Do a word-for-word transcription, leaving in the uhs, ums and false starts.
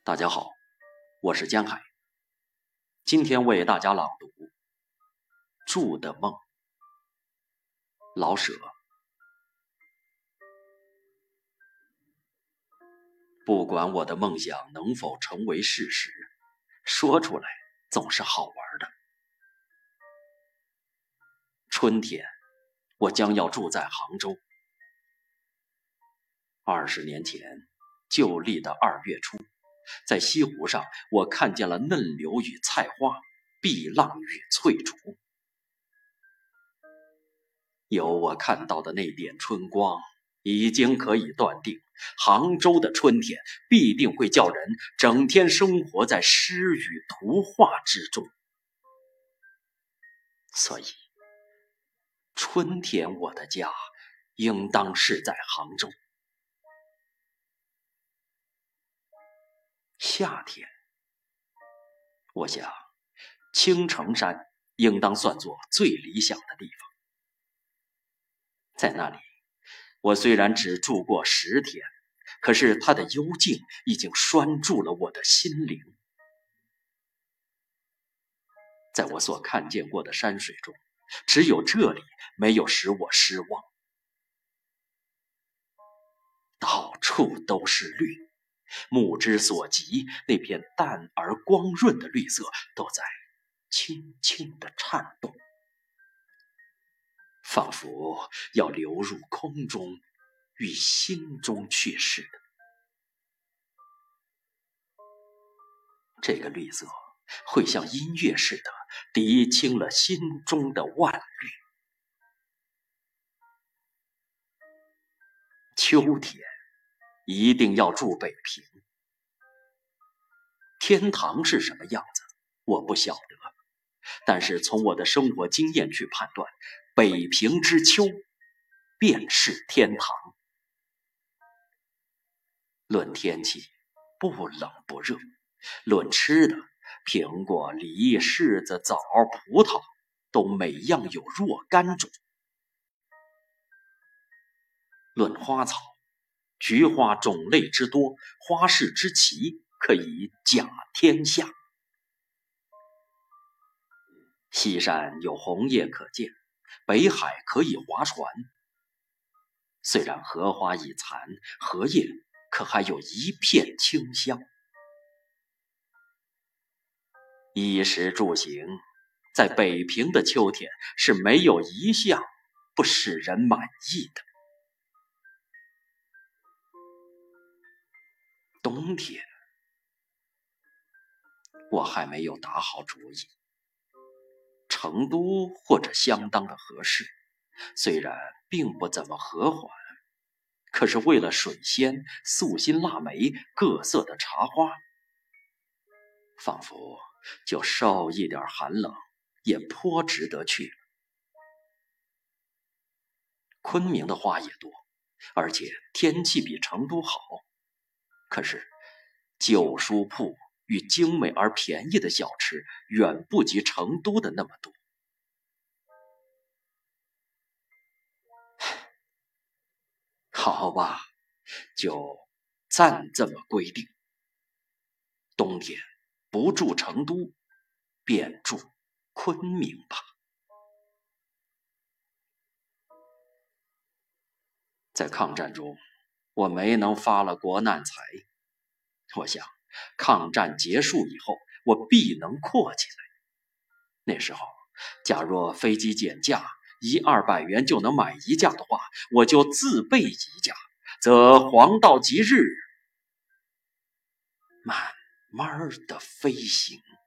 大家好，我是江海，今天为大家朗读《住的梦》。老舍。不管我的梦想能否成为事实，说出来总是好玩的。春天，我将要住在杭州。二十年前，旧历的二月初，在西湖上，我看见了嫩柳与菜花，碧浪与翠竹。有我看到的那点春光，已经可以断定，杭州的春天必定会叫人整天生活在诗与图画之中。所以，春天我的家应当是在杭州。夏天，我想青城山应当算作最理想的地方。在那里，我虽然只住过十天，可是它的幽静已经拴住了我的心灵。在我所看见过的山水中，只有这里没有使我失望。到处都是绿，目之所及，那片淡而光润的绿色都在轻轻地颤动，仿佛要流入空中，与心中去似的。这个绿色会像音乐似的涤清了心中的万虑。秋天一定要住北平。天堂是什么样子，我不晓得，但是从我的生活经验去判断，北平之秋便是天堂。论天气，不冷不热；论吃的，苹果、梨、柿子、枣、葡萄都每样有若干种。论花草，菊花种类之多，花式之奇，可以甲天下。西山有红叶可见，北海可以划船。虽然荷花已残，荷叶可还有一片清香。衣食住行，在北平的秋天是没有一项不使人满意的。冬天，我还没有打好主意。成都或者相当的合适，虽然并不怎么和缓，可是为了水仙、素心腊梅、各色的茶花，仿佛就受一点寒冷也颇值得去了。昆明的花也多，而且天气比成都好，可是旧书铺与精美而便宜的小吃远不及成都的那么多。好吧，就暂这么规定。冬天不住成都，便住昆明吧。在抗战中，我没能发了国难财，我想抗战结束以后，我必能阔起来。那时候，假若飞机减价，一二百元就能买一架的话，我就自备一架，则黄道吉日，慢慢的飞行。